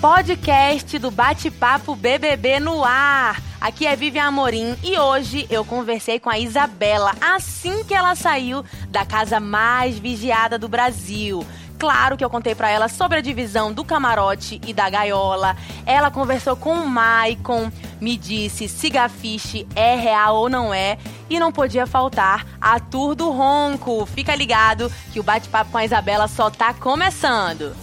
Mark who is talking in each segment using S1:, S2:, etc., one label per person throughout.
S1: podcast do Bate-Papo BBB no ar. Aqui é Vivian Amorim e hoje eu conversei com a Isabela assim que ela saiu da casa mais vigiada do Brasil. Claro que eu contei pra ela sobre a divisão do camarote e da gaiola. Ela conversou com o Maicon, me disse se Gafiche é real ou não é. E não podia faltar a Tour do Ronco. Fica ligado que o bate-papo com a Isabela só tá começando.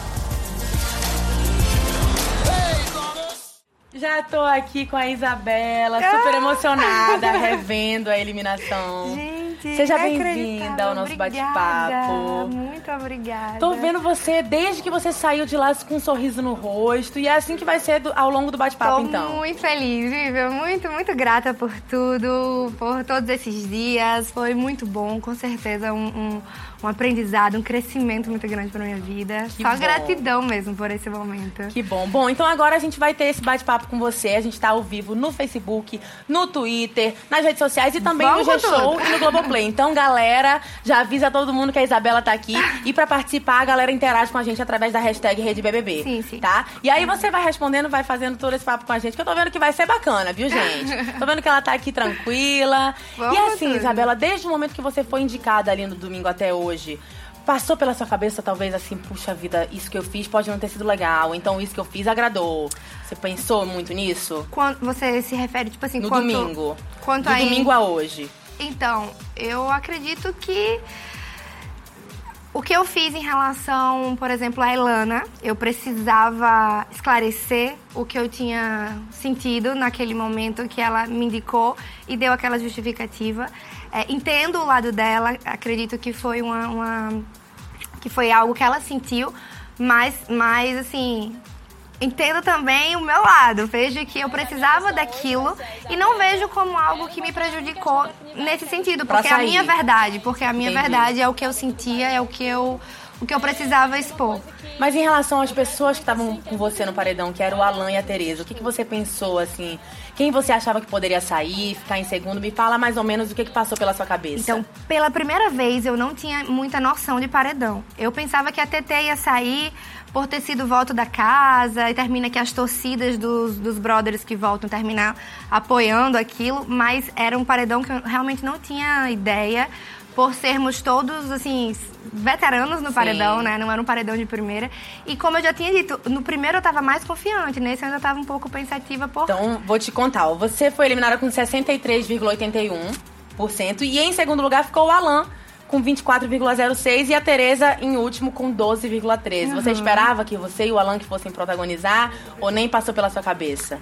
S1: Já tô aqui com a Isabela, super emocionada, revendo a eliminação.
S2: Gente,
S1: seja bem-vinda ao nosso bate-papo.
S2: Muito obrigada.
S1: Tô vendo você desde que você saiu de lá com um sorriso no rosto. E é assim que vai ser ao longo do bate-papo, então.
S2: Tô muito feliz, Vivian. Muito grata por tudo, por todos esses dias. Foi muito bom, com certeza um aprendizado, um crescimento muito grande pra minha vida.
S1: Que
S2: Só
S1: bom.
S2: Gratidão mesmo por esse momento.
S1: Que bom. Bom, então agora a gente vai ter esse bate-papo com você. A gente tá ao vivo no Facebook, no Twitter, nas redes sociais e também
S2: Vamos
S1: no
S2: com
S1: G-Show
S2: tudo.
S1: e no Globoplay. Então, galera, já avisa todo mundo que a Isabela tá aqui. E pra participar, a galera interage com a gente através da hashtag RedeBBB.
S2: Sim.
S1: Tá? E aí você vai respondendo, vai fazendo todo esse papo com a gente, que eu tô vendo que vai ser bacana, viu, gente? Tô vendo que ela tá aqui tranquila.
S2: Vamos
S1: e
S2: com
S1: assim,
S2: tudo.
S1: Isabela, desde o momento que você foi indicada ali no domingo até hoje, passou pela sua cabeça, talvez, assim, puxa vida, isso que eu fiz pode não ter sido legal, então isso que eu fiz agradou. Você pensou muito nisso?
S2: Quando você se refere, tipo assim,
S1: No
S2: quanto,
S1: domingo.
S2: Quanto
S1: Do
S2: aí...
S1: domingo a hoje.
S2: Então, eu acredito que o que eu fiz em relação, por exemplo, à Elana, eu precisava esclarecer o que eu tinha sentido naquele momento que ela me indicou e deu aquela justificativa. Entendo o lado dela, acredito que foi que foi algo que ela sentiu, mas assim, entendo também o meu lado. Vejo que eu precisava daquilo e não vejo como algo que me prejudicou nesse sentido,
S1: Pra
S2: porque é a
S1: sair.
S2: minha verdade, porque a minha
S1: Entendi.
S2: verdade é o que eu sentia, é o que eu precisava expor.
S1: Mas em relação às pessoas que estavam com você no paredão, que era o Alan e a Tereza, o que você pensou, assim? Quem você achava que poderia sair, ficar em segundo? Me fala mais ou menos o que passou pela sua cabeça.
S2: Então, pela primeira vez, eu não tinha muita noção de paredão. Eu pensava que a TT ia sair por ter sido voto da casa, e termina que as torcidas dos brothers que voltam terminar apoiando aquilo, mas era um paredão que eu realmente não tinha ideia, por sermos todos, assim, veteranos no paredão, né? Não era um paredão de primeira. E como eu já tinha dito, no primeiro eu tava mais confiante, nesse eu ainda tava um pouco pensativa por...
S1: Então, vou te contar. Ó. Você foi eliminada com 63,81%. E em segundo lugar ficou o Alan, com 24,06%. E a Tereza em último, com 12,13%. Você esperava que você e o Alan que fossem protagonizar? Ou nem passou pela sua cabeça?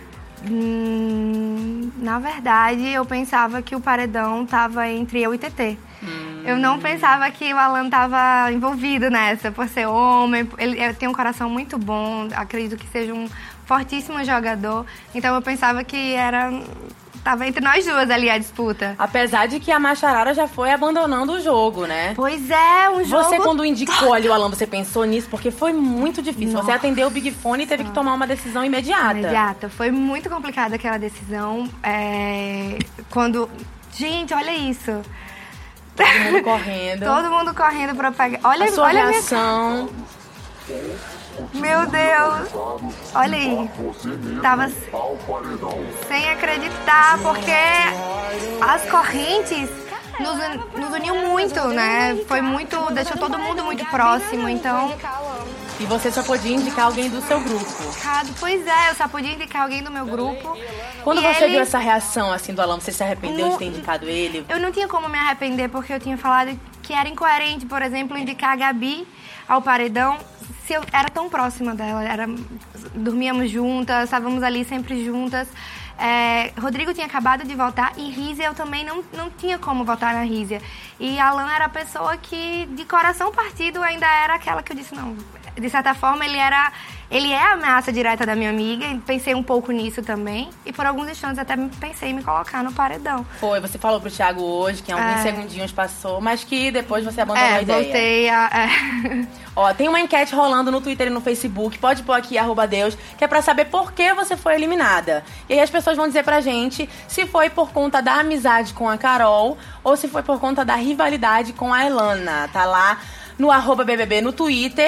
S2: Na verdade, eu pensava que o paredão tava entre eu e TT. Eu não pensava que o Alan tava envolvido nessa, por ser homem. Ele tem um coração muito bom, acredito que seja um fortíssimo jogador. Então eu pensava que tava entre nós duas ali a disputa.
S1: Apesar de que a Macharara já foi abandonando o jogo, né?
S2: Pois é, um jogo...
S1: Você, quando indicou ali o Alan, você pensou nisso? Porque foi muito difícil.
S2: Nossa.
S1: Você atendeu o Big Fone e teve que tomar uma decisão imediata.
S2: Imediata. Foi muito complicada aquela decisão. Quando... Gente, olha isso.
S1: Todo mundo correndo.
S2: Todo mundo correndo pra pegar... Olha
S1: A sua
S2: olha a minha...
S1: reação.
S2: Meu Deus. Olha aí. Tava sem acreditar, porque as correntes nos uniu muito, né? Foi muito... Deixou todo mundo muito próximo, então...
S1: E você só podia indicar alguém do seu grupo.
S2: Pois é, eu só podia indicar alguém do meu grupo.
S1: Quando
S2: E
S1: você
S2: ele-
S1: viu essa reação, assim, do Alan, você se arrependeu de ter indicado ele?
S2: Eu não tinha como me arrepender, porque eu tinha falado que era incoerente, por exemplo, indicar a Gabi ao paredão, se eu era tão próxima dela. Dormíamos juntas, estávamos ali sempre juntas. Rodrigo tinha acabado de voltar e Rízia eu também não tinha como votar na Rízia. E Alan era a pessoa que, de coração partido, ainda era aquela que eu disse, não, de certa forma ele é a ameaça direta da minha amiga, e pensei um pouco nisso também. E por alguns instantes até pensei em me colocar no paredão.
S1: Foi, você falou pro Thiago hoje que em alguns segundinhos passou, mas que depois você abandonou a ideia.
S2: Voltei a...
S1: Ó, tem uma enquete rolando no Twitter e no Facebook, pode pôr aqui, @Deus, que é pra saber por que você foi eliminada. E aí as pessoas vão dizer pra gente se foi por conta da amizade com a Carol ou se foi por conta da rivalidade com a Elana. Tá lá no @BBB no Twitter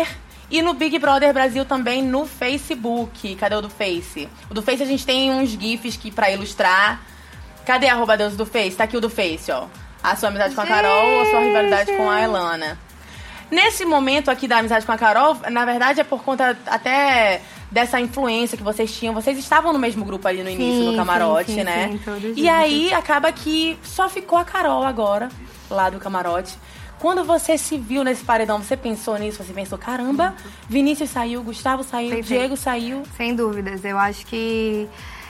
S1: E no Big Brother Brasil também no Facebook. Cadê o do Face? O do Face a gente tem uns GIFs que pra ilustrar. Cadê a @Deus do Face? Tá aqui o do Face, ó. A sua amizade com a Carol ou a sua rivalidade com a Elana. Nesse momento aqui da amizade com a Carol, na verdade é por conta até dessa influência que vocês tinham. Vocês estavam no mesmo grupo ali no início, no camarote, né?
S2: Sim, todos
S1: e aí acaba que só ficou a Carol agora, lá do camarote. Quando você se viu nesse paredão, você pensou nisso? Você pensou, caramba, Vinícius saiu, Gustavo saiu, Diego saiu?
S2: Sem dúvidas. Eu acho que...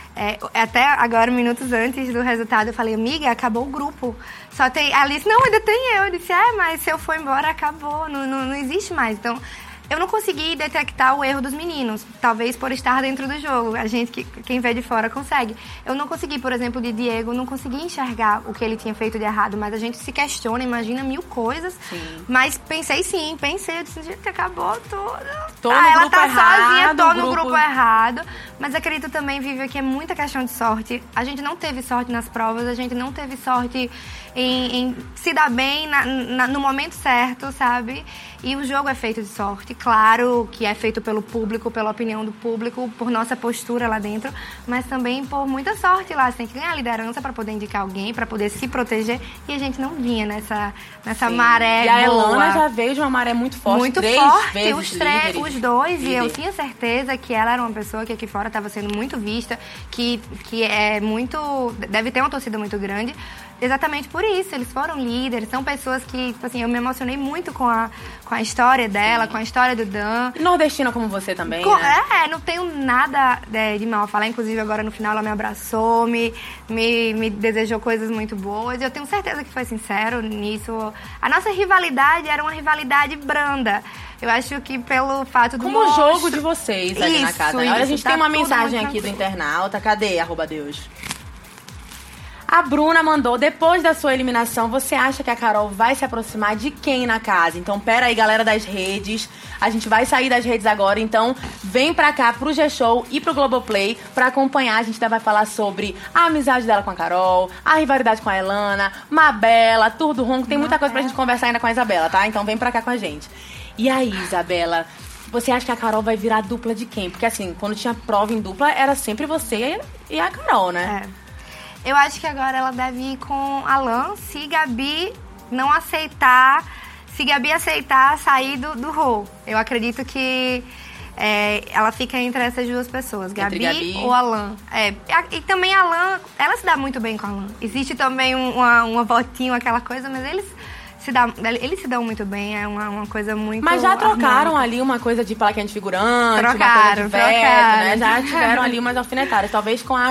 S2: até agora, minutos antes do resultado, eu falei, amiga, acabou o grupo. Só tem... A Alice, não, ainda tem eu. Eu disse, mas se eu for embora, acabou. Não existe mais. Então... Eu não consegui detectar o erro dos meninos, talvez por estar dentro do jogo. A gente, quem vê de fora, consegue. Eu não consegui, por exemplo, de Diego, não consegui enxergar o que ele tinha feito de errado, mas a gente se questiona, imagina mil coisas.
S1: Sim.
S2: Mas pensei, eu disse, gente, acabou tudo.
S1: Tô no
S2: ela
S1: grupo
S2: tá
S1: errado,
S2: sozinha, tô no grupo errado. Mas acredito também, Vivi, que é muita questão de sorte. A gente não teve sorte nas provas, a gente não teve sorte em se dar bem no momento certo, sabe? E o jogo é feito de sorte, claro que é feito pelo público, pela opinião do público, por nossa postura lá dentro, mas também por muita sorte lá. Você tem que ganhar liderança para poder indicar alguém, para poder se proteger. E a gente não vinha nessa maré.
S1: E a
S2: boa.
S1: Elana já veio de uma maré muito forte.
S2: Muito
S1: 3
S2: forte,
S1: vezes
S2: os dois.
S1: líder.
S2: E eu tinha certeza que ela era uma pessoa que aqui fora estava sendo muito vista, que é muito... Deve ter uma torcida muito grande. Exatamente por isso, eles foram líderes, são pessoas que, tipo assim, eu me emocionei muito com a história dela, com a história do Dan.
S1: E nordestina como você também, né?
S2: Não tenho nada de mal a falar, inclusive agora no final ela me abraçou, me desejou coisas muito boas, e eu tenho certeza que foi sincero nisso. A nossa rivalidade era uma rivalidade branda. Eu acho que pelo fato do
S1: como o jogo de vocês ali na casa. Olha, a gente tem uma mensagem aqui do internauta, cadê, @Deus? A Bruna mandou, depois da sua eliminação, você acha que a Carol vai se aproximar de quem na casa? Então, pera aí, galera das redes. A gente vai sair das redes agora, então vem pra cá, pro G-Show e pro Globoplay pra acompanhar. A gente ainda vai falar sobre a amizade dela com a Carol, a rivalidade com a Elana, Mabela, Tour do Ronco. Tem muita coisa pra gente conversar ainda com a Isabela, tá? Então vem pra cá com a gente. E aí, Isabela, você acha que a Carol vai virar dupla de quem? Porque assim, quando tinha prova em dupla, era sempre você e a Carol, né?
S2: Eu acho que agora ela deve ir com Alan, se Gabi não aceitar, se Gabi aceitar sair do Rô. Eu acredito que ela fica entre essas duas pessoas, Gabi ou Alan. E também Alan, ela se dá muito bem com Alan. Existe também uma votinho, aquela coisa, mas eles se dão muito bem, é uma coisa muito...
S1: Mas já trocaram
S2: harmônica.
S1: Ali uma coisa de plaquinha de figurante, uma coisa de veto, né? Já tiveram ali umas alfinetadas. Talvez com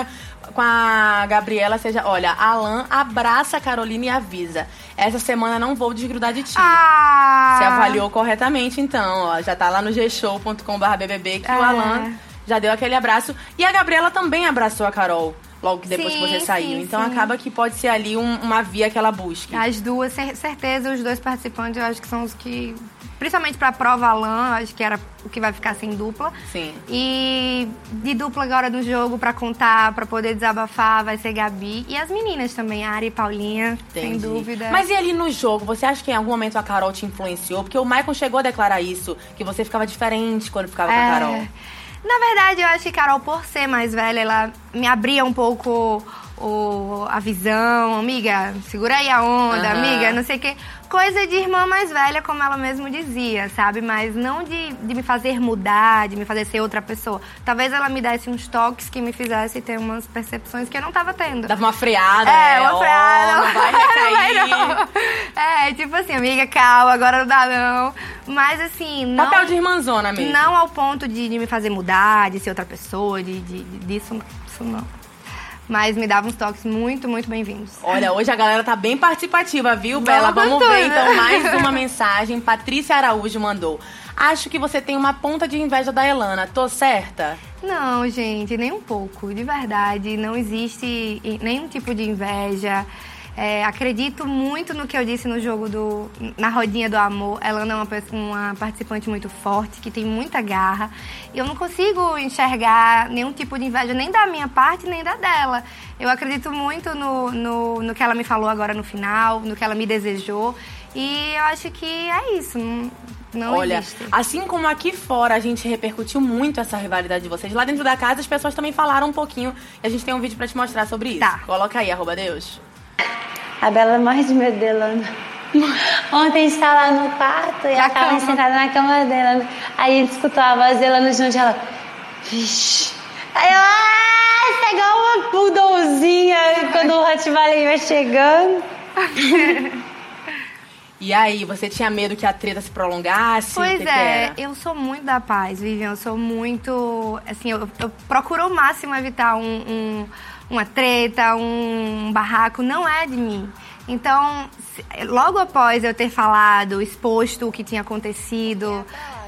S1: a Gabriela seja... Olha, Alan abraça a Carolina e avisa. Essa semana não vou desgrudar de ti. Você avaliou corretamente, então. Ó, já tá lá no gshow.com/BBB que o Alan já deu aquele abraço. E a Gabriela também abraçou a Carol. Logo que depois que você saiu. Então acaba que pode ser ali uma via que ela busque.
S2: As duas, certeza, os dois participantes, eu acho que são os que... Principalmente pra prova Alan, acho que era o que vai ficar sem dupla.
S1: Sim.
S2: E de dupla agora no jogo, pra contar, pra poder desabafar, vai ser Gabi. E as meninas também, Ari e Paulinha, sem dúvida.
S1: Mas e ali no jogo, você acha que em algum momento a Carol te influenciou? Porque o Maicon chegou a declarar isso, que você ficava diferente quando ficava com a Carol.
S2: Na verdade, eu acho que Carol, por ser mais velha, ela me abria um pouco a visão. Amiga, segura aí a onda, amiga, não sei o quê. Coisa de irmã mais velha, como ela mesmo dizia, sabe? Mas não de me fazer mudar, de me fazer ser outra pessoa. Talvez ela me desse uns toques que me fizesse ter umas percepções que eu não tava tendo.
S1: Dava uma freada,
S2: uma freada.
S1: Não vai recair.
S2: Tipo assim, amiga, calma, agora não dá não. Mas assim, não...
S1: Papel de irmãzona mesmo.
S2: Não ao ponto de me fazer mudar, de ser outra pessoa, disso não. Mas me dava uns toques muito, muito bem-vindos.
S1: Olha, hoje a galera tá bem participativa, viu, Bela? Vamos ver, então, mais uma mensagem. Patrícia Araújo mandou. Acho que você tem uma ponta de inveja da Elana. Tô certa?
S2: Não, gente, nem um pouco. De verdade, não existe nenhum tipo de inveja. Acredito muito no que eu disse no jogo na Rodinha do Amor. Ela é uma participante muito forte, que tem muita garra. E eu não consigo enxergar nenhum tipo de inveja, nem da minha parte, nem da dela. Eu acredito muito no que ela me falou agora no final, no que ela me desejou. E eu acho que é isso, não
S1: Olha,
S2: existe.
S1: assim como aqui fora a gente repercutiu muito essa rivalidade de vocês, lá dentro da casa as pessoas também falaram um pouquinho. E a gente tem um vídeo pra te mostrar sobre isso.
S2: Tá.
S1: Coloca aí, @Deus.
S3: A Bela morre de medo dela. Ontem a gente tá lá no quarto e ela tava sentada na cama dela. Aí ele escutou a voz dela no junto e ela... Vixe. Aí eu... você é igual uma poodlezinha quando o Rottweiler vai chegando.
S1: E aí, você tinha medo que a treta se prolongasse?
S2: Pois
S1: que
S2: é, eu sou muito da paz, Vivian. Eu sou muito... Assim, eu procuro ao máximo evitar uma treta, um barraco. Não é de mim. Então, logo após eu ter falado, exposto o que tinha acontecido,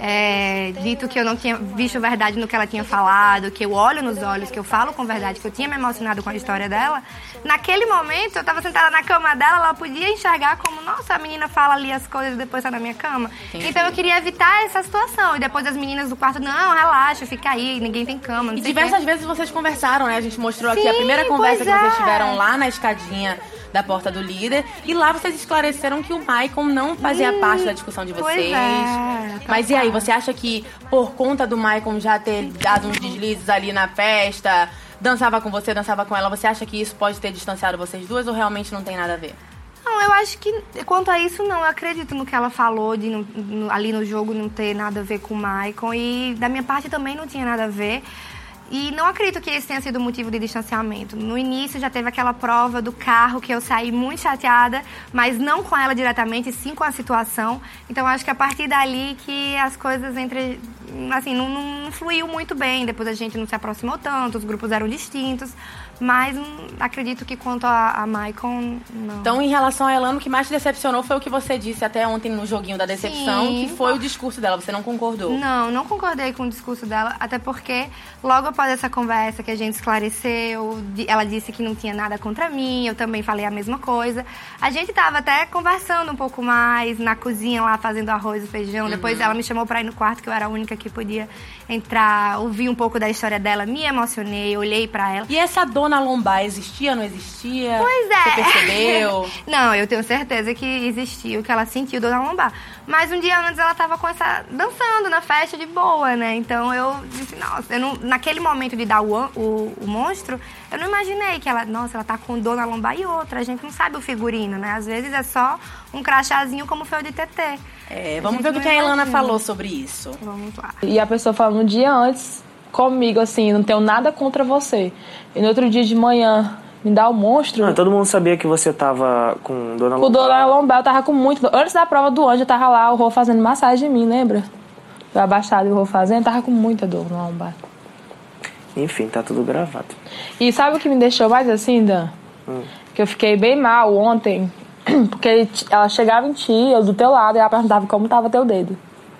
S2: dito que eu não tinha visto verdade no que ela tinha falado, que eu olho nos olhos, que eu falo com verdade, que eu tinha me emocionado com a história dela, naquele momento eu estava sentada na cama dela, ela podia enxergar como, nossa, a menina fala ali as coisas e depois tá na minha cama. Entendi. Então eu queria evitar essa situação. E depois as meninas do quarto, não, relaxa, fica aí, ninguém tem cama. Não
S1: E
S2: sei
S1: diversas vezes vocês conversaram, né? A gente mostrou aqui a primeira conversa que vocês tiveram lá na escadinha da porta do líder. E lá vocês esclareceram que o Maicon não fazia parte da discussão de vocês. Mas e aí, você acha que por conta do Maicon já ter dado uns deslizes ali na festa, dançava com você, dançava com ela, você acha que isso pode ter distanciado vocês duas ou realmente não tem nada a ver?
S2: Não, eu acho que, quanto a isso, não. Eu acredito no que ela falou, de ali no jogo não ter nada a ver com o Maicon. E da minha parte também não tinha nada a ver. E não acredito que esse tenha sido o motivo de distanciamento. No início já teve aquela prova do carro que eu saí muito chateada, mas não com ela diretamente, sim com a situação. Então acho que a partir dali que as coisas assim, não fluiu muito bem. Depois a gente não se aproximou tanto, os grupos eram distintos. Mas acredito que quanto a Maicon, não.
S1: Então, em relação a Elana, o que mais te decepcionou foi o que você disse até ontem no joguinho da decepção,
S2: sim,
S1: que foi o discurso dela. Você não concordou?
S2: Não concordei com o discurso dela, até porque logo após essa conversa que a gente esclareceu, ela disse que não tinha nada contra mim, eu também falei a mesma coisa. A gente tava até conversando um pouco mais na cozinha lá, fazendo arroz e feijão. Depois ela me chamou pra ir no quarto, que eu era a única que podia entrar, ouvir um pouco da história dela, me emocionei, olhei pra ela.
S1: E essa dona lombar existia, não existia?
S2: Pois é.
S1: Você percebeu?
S2: Não, eu tenho certeza que existia o que ela sentiu, dona lombar. Mas um dia antes ela tava dançando na festa de boa, né? Então eu disse, nossa, naquele momento de dar o monstro, eu não imaginei que ela tá com dona lombar e outra. A gente não sabe o figurino, né? Às vezes é só um crachazinho como foi o de TT.
S1: Vamos ver o que a Elana falou sobre isso.
S2: Vamos lá.
S4: E a pessoa fala um dia antes comigo, assim, não tenho nada contra você. E no outro dia de manhã me dá o monstro.
S5: Todo mundo sabia que você tava com dona lombar.
S4: Com dona lombar, eu tava com muito... Antes da prova do anjo, eu tava lá, o Rô fazendo massagem em mim, lembra? Eu abaixado e o Rô fazendo, eu tava com muita dor na lombar.
S5: Enfim, tá tudo gravado.
S4: E sabe o que me deixou mais assim, Dan? Que eu fiquei bem mal ontem, porque ela chegava em ti, eu do teu lado, e ela perguntava como tava teu dedo.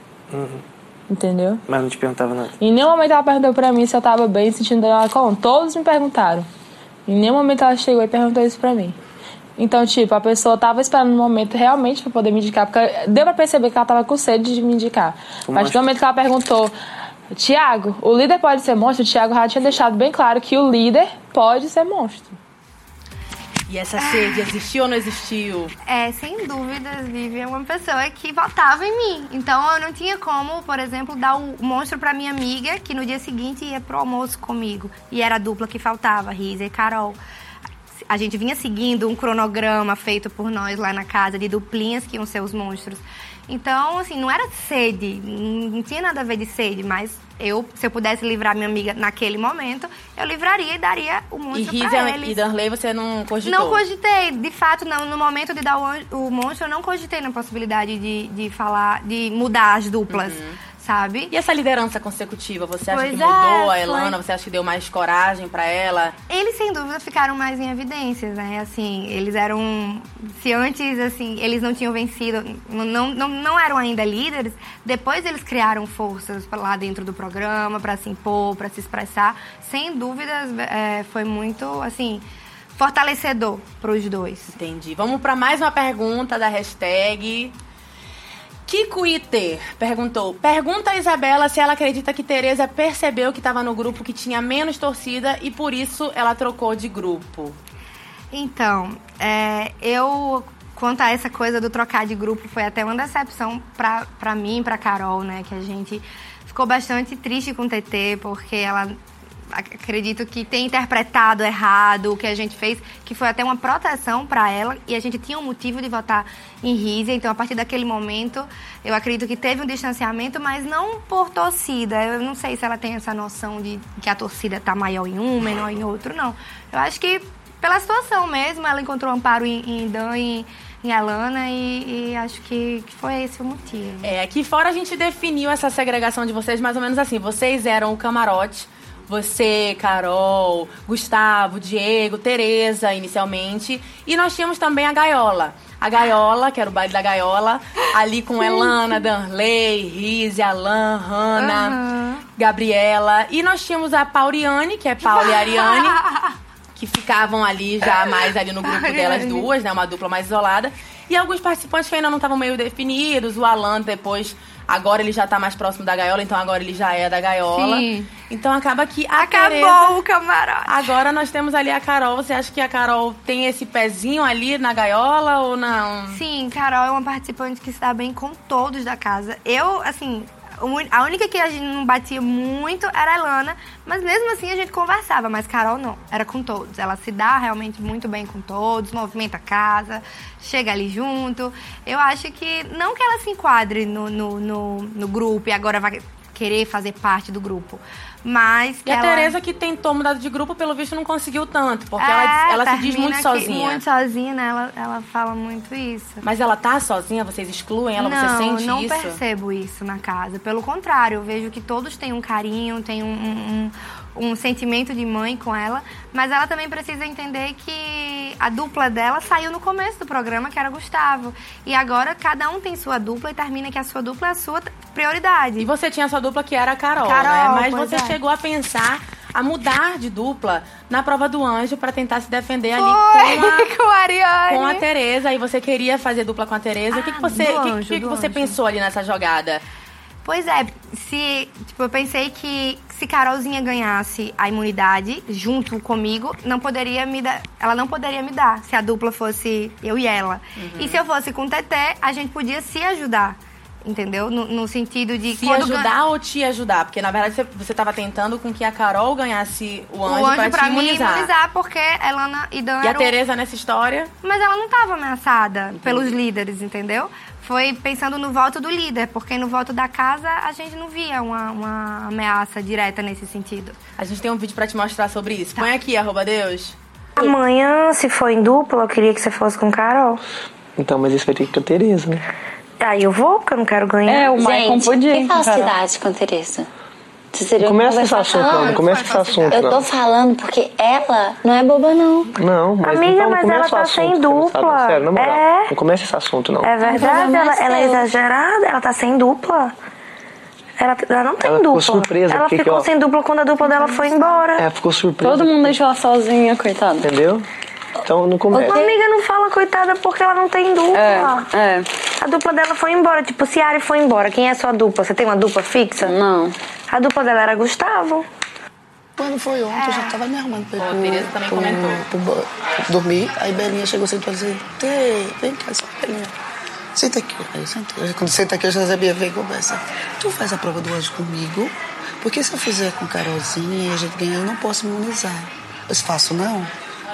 S4: Entendeu?
S5: Mas não te perguntava nada.
S4: Em nenhum momento ela perguntou pra mim se eu tava bem, sentindo ela como. Todos me perguntaram. Em nenhum momento ela chegou e perguntou isso pra mim. Então, tipo, a pessoa tava esperando um momento realmente pra poder me indicar, porque deu pra perceber que ela tava com sede de me indicar. Mas no momento que ela perguntou, Thiago, o líder pode ser monstro? O Thiago já tinha deixado bem claro que o líder pode ser monstro.
S1: E essa sede existiu ou não existiu?
S2: Sem dúvidas, Vivi é uma pessoa que votava em mim. Então eu não tinha como, por exemplo, dar o monstro pra minha amiga, que no dia seguinte ia pro almoço comigo. E era a dupla que faltava, Risa e Carol. A gente vinha seguindo um cronograma feito por nós lá na casa, de duplinhas que iam ser os monstros. Então, assim, não era sede, não tinha nada a ver de sede, mas se eu pudesse livrar minha amiga naquele momento, eu livraria e daria o monstro pra eles.
S1: E Darley, você não cogitou?
S2: Não cogitei, de fato, não. No momento de dar o monstro, eu não cogitei na possibilidade de falar, de mudar as duplas. Sabe?
S1: E essa liderança consecutiva, você acha que mudou a Elana? Você acha que deu mais coragem pra ela?
S2: Eles, sem dúvida, ficaram mais em evidências, né? Assim, eles eram... Se antes, assim, eles não tinham vencido, não eram ainda líderes, depois eles criaram forças lá dentro do programa pra se impor, pra se expressar. Sem dúvidas, foi muito, assim... fortalecedor pros dois.
S1: Entendi. Vamos pra mais uma pergunta da hashtag... Kiko Iter perguntou: pergunta a Isabela se ela acredita que Tereza percebeu que estava no grupo que tinha menos torcida e por isso ela trocou de grupo.
S2: Então, quanto a essa coisa do trocar de grupo, foi até uma decepção pra mim e pra Carol, né? Que a gente ficou bastante triste com o TT, porque ela, acredito que tem interpretado errado o que a gente fez, que foi até uma proteção pra ela, e a gente tinha um motivo de votar em Rízia. Então, a partir daquele momento, eu acredito que teve um distanciamento, mas não por torcida. Eu não sei se ela tem essa noção de que a torcida tá maior em um, menor em outro, não. Eu acho que pela situação mesmo, ela encontrou amparo em Dan e em Alana, e acho que foi esse o motivo.
S1: Aqui fora a gente definiu essa segregação de vocês mais ou menos assim. Vocês eram o camarote, você, Carol, Gustavo, Diego, Tereza, inicialmente. E nós tínhamos também a gaiola. A gaiola, que era o baile da gaiola, ali com Elana, Danley, Rizzi, Alan, Hanna, Gabriela. E nós tínhamos a Pauriane, que é Paula e Ariane, que ficavam ali já mais ali no grupo delas duas, né? Uma dupla mais isolada. E alguns participantes que ainda não estavam meio definidos. O Alan depois, agora ele já tá mais próximo da gaiola, então agora ele já é da gaiola. Sim. Então acaba que
S2: acabou o camarote.
S1: Agora nós temos ali a Carol. Você acha que a Carol tem esse pezinho ali na gaiola ou não?
S2: Sim, Carol é uma participante que se dá bem com todos da casa. Eu, assim, a única que a gente não batia muito era a Elana, mas mesmo assim a gente conversava, mas Carol não, era com todos. Ela se dá realmente muito bem com todos, movimenta a casa, chega ali junto. Eu acho que, não que ela se enquadre no grupo e agora vai querer fazer parte do grupo, mas...
S1: E a Tereza, que tentou mudar de grupo, pelo visto não conseguiu tanto, porque ela se diz muito sozinha.
S2: Muito sozinha, né? Ela fala muito isso.
S1: Mas ela tá sozinha? Vocês excluem ela? Você sente isso?
S2: Não percebo isso na casa. Pelo contrário, eu vejo que todos têm um carinho, têm um sentimento de mãe com ela, mas ela também precisa entender que a dupla dela saiu no começo do programa, que era Gustavo. E agora cada um tem sua dupla e termina que a sua dupla é a sua prioridade.
S1: E você tinha a sua dupla, que era a Carol, né? Mas você chegou a pensar a mudar de dupla na prova do anjo pra tentar se defender ali
S2: com a Ariane,
S1: com a Tereza. Aí você queria fazer dupla com a Tereza. O que você pensou ali nessa jogada?
S2: Pois é, eu pensei que se Carolzinha ganhasse a imunidade junto comigo, ela não poderia me dar se a dupla fosse eu e ela. E se eu fosse com o Teté, a gente podia se ajudar. Entendeu? No sentido de...
S1: Se ajudar ou te ajudar? Porque, na verdade, você estava tentando com que a Carol ganhasse o anjo pra te imunizar.
S2: Me imunizar, porque Elana e Dan...
S1: E a Tereza nessa história?
S2: Mas ela não estava ameaçada pelos líderes, entendeu? Foi pensando no voto do líder, porque no voto da casa a gente não via uma ameaça direta nesse sentido.
S1: A gente tem um vídeo pra te mostrar sobre isso. Põe aqui, @Deus.
S6: Amanhã, se for em dupla, eu queria que você fosse com Carol.
S5: Então, mas isso vai ter que ir com a Tereza, né?
S6: Aí eu vou, porque eu não quero ganhar.
S3: O Maicon podia. Que falsidade com a Tereza?
S5: Começa esse assunto, não. Não começa esse assunto,
S3: Eu tô falando porque ela não é boba, não.
S5: Não, mas
S6: amiga,
S5: então,
S6: mas ela tá sem dupla.
S5: Sério, na moral. Não começa esse assunto, não.
S6: É verdade, ela é exagerada, ela tá sem dupla. Ela não tem dupla.
S5: Ficou surpresa.
S6: Ela ficou sem dupla quando a dupla dela foi embora.
S5: Ficou surpresa.
S3: Todo mundo deixou ela sozinha, coitada.
S5: Entendeu? Então não começa.
S6: Amiga, não fala coitada porque ela não tem dupla. A dupla dela foi embora. Tipo, se a Ari foi embora, quem é a sua dupla? Você tem uma dupla fixa?
S3: Não.
S6: A dupla dela era Gustavo.
S7: Quando foi ontem, eu já tava me arrumando pra ir
S1: A Tereza também comentou.
S7: Dormir. Aí Belinha chegou assim e falou assim: vem cá, Belinha. Senta aqui. Aí eu sentei. Quando senta aqui, eu já sabia, vem conversa. Tu faz a prova do anjo comigo, porque se eu fizer com Carolzinha e a gente ganhar, eu não posso me imunizar. Eu faço, não?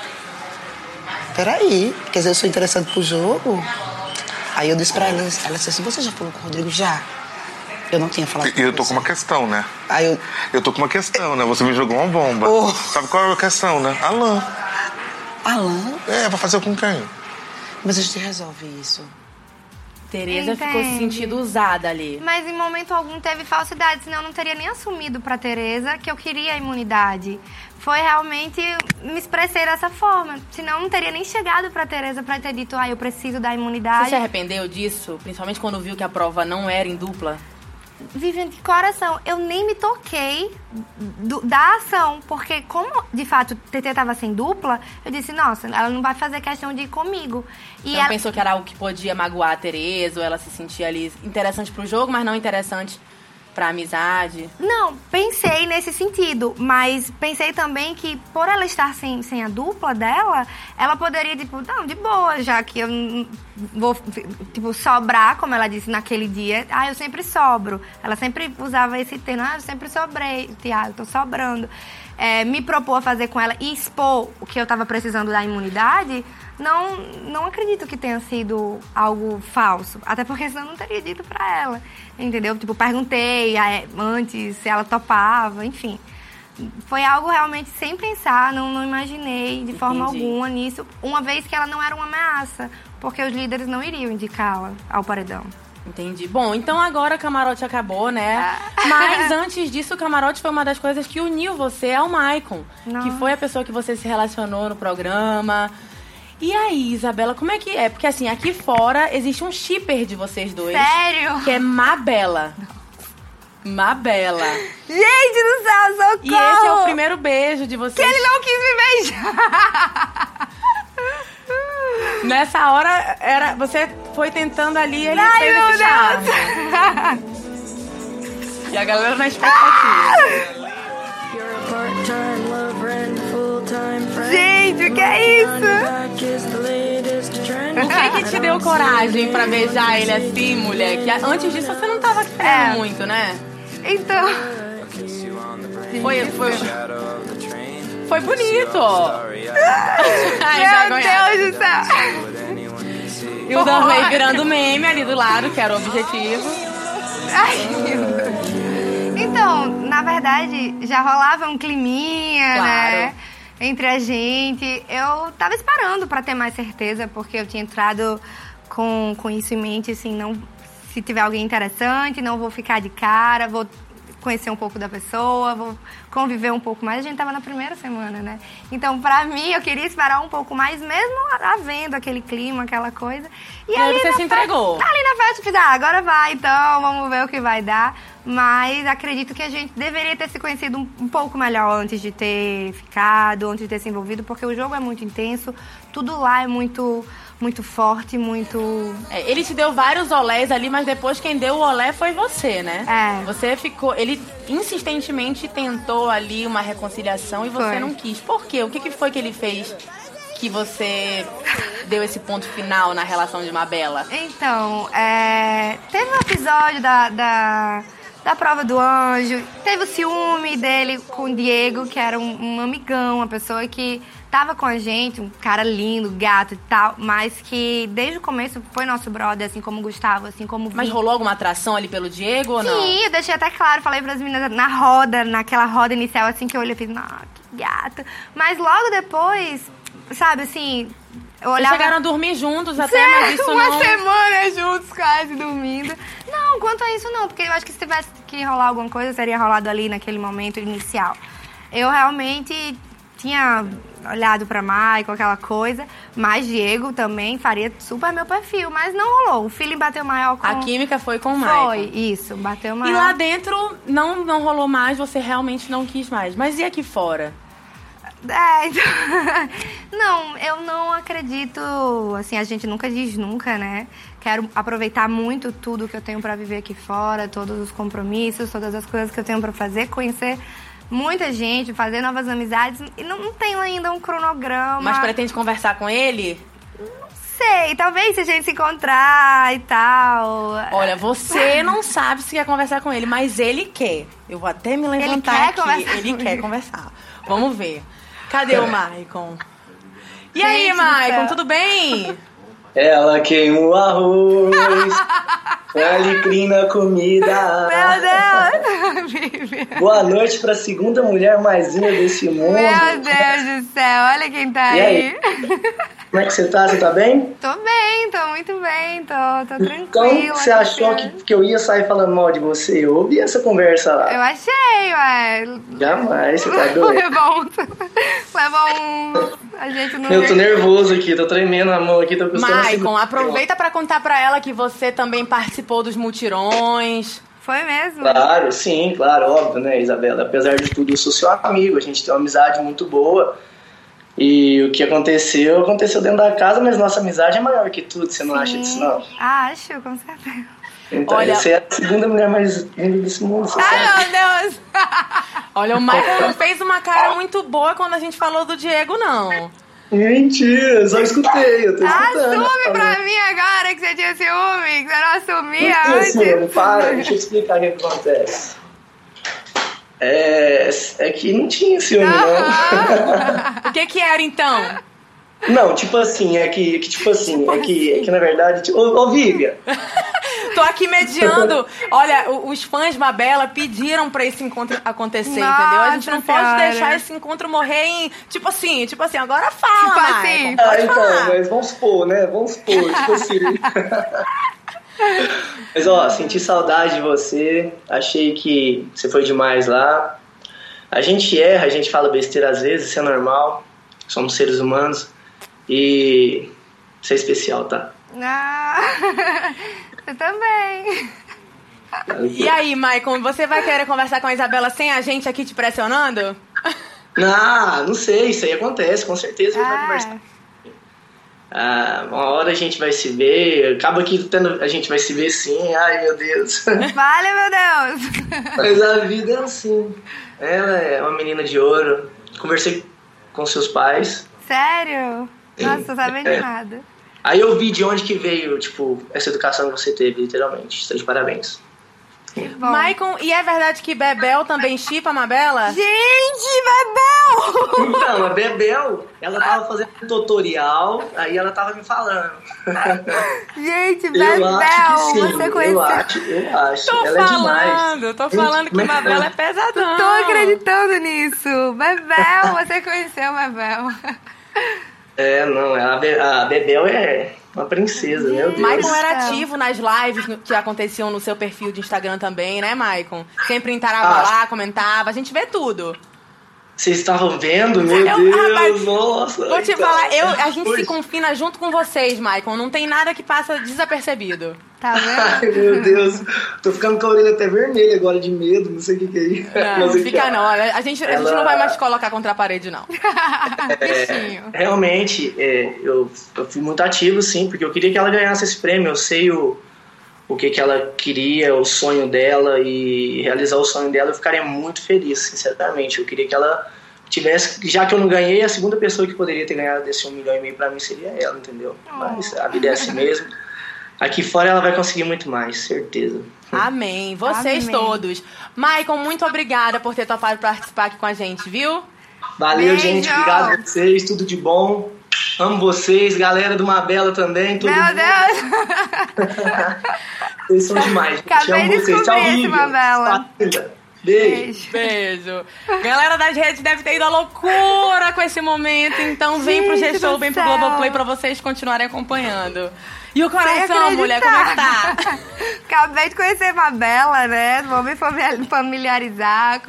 S7: Peraí, quer dizer, eu sou interessante pro jogo? Aí eu disse pra ela disse assim, você já falou com o Rodrigo? Já. Eu não tinha falado com
S8: E eu tô com uma questão, né?
S7: Aí
S8: eu tô com uma questão, né? Você me jogou uma bomba. Sabe qual é a questão, né? Alan.
S7: Alan?
S8: Vai fazer com quem?
S7: Mas a gente resolve isso.
S1: Tereza ficou se sentindo usada ali.
S2: Mas em momento algum teve falsidade, senão eu não teria nem assumido pra Tereza que eu queria a imunidade. Foi realmente me expressei dessa forma. Senão eu não teria nem chegado pra Tereza pra ter dito, eu preciso da imunidade.
S1: Você se arrependeu disso? Principalmente quando viu que a prova não era em dupla?
S2: Viviane, de coração, eu nem me toquei da ação, porque como, de fato, o TT tava sem dupla, eu disse, nossa, ela não vai fazer questão de ir comigo. E
S1: ela pensou que era algo que podia magoar a Tereza, ou ela se sentia ali interessante pro jogo, mas não interessante pra amizade?
S2: Não, pensei nesse sentido, mas pensei também que por ela estar sem a dupla dela, ela poderia, tipo, não, de boa, já que eu vou, tipo, sobrar, como ela disse naquele dia. Eu sempre sobro. Ela sempre usava esse termo, eu sempre sobrei, Tiago, tô sobrando. Me propor a fazer com ela e expor o que eu tava precisando da imunidade, não acredito que tenha sido algo falso. Até porque senão eu não teria dito pra ela, entendeu? Tipo, perguntei antes se ela topava, enfim. Foi algo realmente sem pensar, não imaginei de forma alguma nisso, uma vez que ela não era uma ameaça, porque os líderes não iriam indicá-la ao paredão.
S1: Entendi. Bom, então agora o camarote acabou, né? Mas antes disso, o camarote foi uma das coisas que uniu você ao Maicon, que foi a pessoa que você se relacionou no programa. E aí, Isabela, como é que é? Porque assim, aqui fora existe um shipper de vocês dois.
S2: Sério?
S1: Que é Mabela. Mabela.
S2: Gente do céu, socorro!
S1: E esse é o primeiro beijo de vocês.
S2: Que ele não quis me beijar!
S1: Nessa hora, você foi tentando ali, ele fez esse charme. E a galera na expectativa.
S2: Gente, o que é isso?
S1: O que te deu coragem pra beijar ele assim, mulher? Que antes disso você não tava querendo muito, né?
S2: Então...
S1: Foi bonito.
S2: Meu Deus do céu.
S1: E o Danley virando meme ali do lado, que era o objetivo.
S2: Então, na verdade, já rolava um climinha,
S1: claro,
S2: né? Entre a gente. Eu tava esperando pra ter mais certeza, porque eu tinha entrado com isso em mente, assim, não, se tiver alguém interessante, não vou ficar de cara, vou conhecer um pouco da pessoa, vou conviver um pouco mais. A gente tava na primeira semana, né? Então, pra mim, eu queria esperar um pouco mais, mesmo havendo aquele clima, aquela coisa.
S1: E aí você se entregou.
S2: Ali na festa, eu fiz, agora vai, então, vamos ver o que vai dar. Mas acredito que a gente deveria ter se conhecido um pouco melhor antes de ter ficado, antes de ter se envolvido, porque o jogo é muito intenso, tudo lá é muito forte, muito...
S1: Ele te deu vários olés ali, mas depois quem deu o olé foi você, né? Você ficou... Ele insistentemente tentou ali uma reconciliação e você não quis. Por quê? O que foi que ele fez que você deu esse ponto final na relação de Mabela?
S2: Então, teve um episódio da prova do anjo, teve o ciúme dele com o Diego, que era um amigão, uma pessoa que tava com a gente, um cara lindo, gato e tal, mas que desde o começo foi nosso brother, assim como o Gustavo, assim como o
S1: Mas rolou alguma atração ali pelo Diego ou não?
S2: Sim, eu deixei até claro, falei pras meninas naquela roda inicial, assim, que eu olhei e fiz, que gato. Mas logo depois, sabe, assim...
S1: Vocês chegaram a dormir juntos até, mas isso
S2: uma
S1: não...
S2: Uma semana juntos, quase, dormindo. Não, quanto a isso não, porque eu acho que se tivesse que rolar alguma coisa, teria rolado ali naquele momento inicial. Eu realmente tinha olhado pra Maicon, aquela coisa, mas Diego também faria super meu perfil, mas não rolou. O feeling bateu maior com...
S1: A química foi com o Maicon.
S2: Foi, isso, bateu maior.
S1: E lá dentro não rolou mais, você realmente não quis mais. Mas e aqui fora?
S2: Não, eu não acredito, assim, a gente nunca diz nunca, né? Quero aproveitar muito tudo que eu tenho pra viver aqui fora, todos os compromissos, todas as coisas que eu tenho pra fazer, conhecer muita gente, fazer novas amizades, e não tenho ainda um cronograma.
S1: Mas pretende conversar com ele?
S2: Não sei, talvez se a gente se encontrar e tal.
S1: Olha, você não sabe se quer conversar com ele, mas ele quer. Eu vou até me levantar aqui. Ele quer conversar. Vamos ver. Cadê o Maicon? E aí, Maicon, tudo bem?
S5: Ela queima o arroz, alecrim na comida.
S2: Meu Deus!
S5: Boa noite pra segunda mulher mais linda desse mundo.
S2: Meu Deus do céu, olha quem tá aí.
S5: Como é que você tá? Você tá bem?
S2: Tô bem, tô muito bem, tô tranquila.
S5: Então, você achou que eu ia sair falando mal de você? Eu ouvi essa conversa lá.
S2: Eu achei, ué.
S5: Jamais, você tá doido.
S2: A gente não...
S5: Eu tô nervoso aqui, tô tremendo a mão aqui, tô custando...
S1: Maicon, aproveita pra contar pra ela que você também participou dos mutirões.
S2: Foi mesmo?
S5: Claro, sim, claro, óbvio, né, Isabela? Apesar de tudo, eu sou seu amigo, a gente tem uma amizade muito boa. E o que aconteceu dentro da casa, mas nossa amizade é maior que tudo, você não acha disso, não?
S2: Acho, com certeza.
S5: Então,
S1: Olha...
S5: você é a segunda mulher mais linda desse mundo.
S1: Ai, meu Deus! Olha, o Michael não fez uma cara muito boa quando a gente falou do Diego, não.
S5: Mentira, só escutei, eu tô escutando.
S2: Assume pra mim agora que você tinha ciúme, que você não assumia antes.
S5: Ciúme, para, deixa eu explicar o que acontece. É que não tinha ciúme, não.
S1: O que era, então?
S5: Não, tipo assim, é que na verdade... Tipo, ô, Vivian...
S1: Tô aqui mediando. Olha, os fãs Mabela pediram pra esse encontro acontecer, entendeu? A gente não pode deixar esse encontro morrer em... Tipo assim, agora fala,
S2: tipo assim.
S5: Então, mas vamos supor, né? Tipo assim... Mas, ó, senti saudade de você. Achei que você foi demais lá. A gente erra, a gente fala besteira às vezes, isso é normal. Somos seres humanos. E você é especial, tá?
S2: Eu também.
S1: E aí, Maicon, você vai querer conversar com a Isabela sem a gente aqui te pressionando?
S5: Não sei, isso aí acontece, com certeza a gente vai conversar. Uma hora a gente vai se ver, acaba que a gente vai se ver sim, ai meu Deus.
S2: Vale, meu Deus.
S5: Mas a vida é assim. Ela é uma menina de ouro. Conversei com seus pais.
S2: Sério? Nossa, não sabendo de nada.
S5: Aí eu vi de onde que veio, tipo, essa educação que você teve, literalmente. Estou de parabéns.
S1: Maicon, e é verdade que Bebel também shippa a Mabela?
S2: Gente, Bebel!
S5: Então, a Bebel, ela tava fazendo um tutorial, aí ela tava me falando.
S2: Gente, Bebel, você conheceu?
S5: Eu acho. Ela é demais.
S1: Tô falando que Mabela é pesadão.
S2: Tô acreditando nisso. Bebel, você conheceu Bebel.
S5: Não, a Bebel é uma princesa, meu Deus.
S1: Maicon era ativo nas lives que aconteciam no seu perfil de Instagram também, né, Maicon? Sempre entrava lá, comentava, a gente vê tudo.
S5: Vocês estavam vendo? Meu Deus, nossa.
S1: Vou te falar, a gente se confina junto com vocês, Maicon. Não tem nada que passa desapercebido.
S2: Tá vendo?
S5: Ai, meu Deus. Tô ficando com a orelha até vermelha agora de medo, não sei o que é isso.
S1: Não, fica não. A gente não vai mais te colocar contra a parede, não.
S5: Realmente, eu fui muito ativo, sim, porque eu queria que ela ganhasse esse prêmio. Eu sei o que ela queria, o sonho dela, e realizar o sonho dela, eu ficaria muito feliz, sinceramente. Eu queria que ela tivesse, já que eu não ganhei, a segunda pessoa que poderia ter ganhado desse 1,5 milhão pra mim seria ela, entendeu? Mas a vida é assim mesmo. Aqui fora ela vai conseguir muito mais, certeza.
S1: Amém. Vocês todos. Maicon, muito obrigada por ter topado participar aqui com a gente, viu?
S5: Valeu, beijo, gente. Obrigado a vocês. Tudo de bom. Amo vocês. Galera do Mabela também. Todo mundo.
S2: Deus!
S5: Vocês são demais.
S2: Acabei de descobrir esse Mabela.
S1: Beijo. Galera das redes deve ter ido à loucura com esse momento. Então vem pro G-Show, vem pro Globoplay pra vocês continuarem acompanhando. E o coração, mulher, como é que tá?
S2: Acabei de conhecer Mabela, né? Vou me familiarizar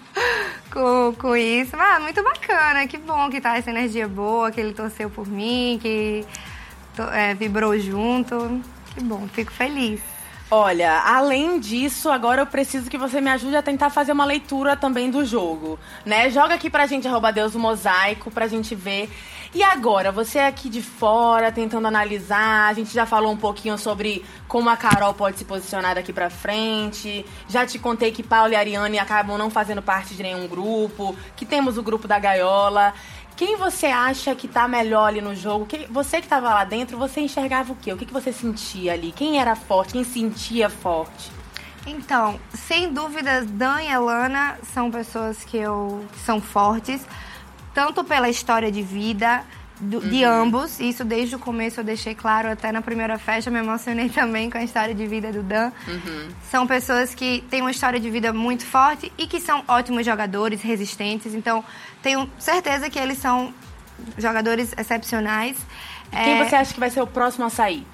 S2: com isso. Muito bacana, que bom que tá essa energia boa, que ele torceu por mim, que vibrou junto. Que bom, fico feliz.
S1: Olha, além disso, agora eu preciso que você me ajude a tentar fazer uma leitura também do jogo, né? Joga aqui pra gente, @DeusOMosaico, pra gente ver. E agora, você aqui de fora, tentando analisar, a gente já falou um pouquinho sobre como a Carol pode se posicionar daqui pra frente, já te contei que Paula e Ariane acabam não fazendo parte de nenhum grupo, que temos o grupo da Gaiola. Quem você acha que tá melhor ali no jogo? Você que tava lá dentro, você enxergava o quê? O que você sentia ali? Quem era forte? Quem sentia forte?
S2: Então, sem dúvidas, Dan e Elana são pessoas que são fortes, tanto pela história de vida de ambos. Isso desde o começo eu deixei claro, até na primeira festa me emocionei também com a história de vida do Dan. São pessoas que têm uma história de vida muito forte e que são ótimos jogadores, resistentes. Então, tenho certeza que eles são jogadores excepcionais.
S1: Quem você acha que vai ser o próximo a sair?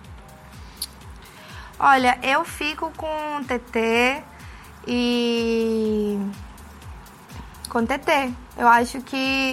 S2: Olha, eu fico com o TT e... com o TT. Eu acho que...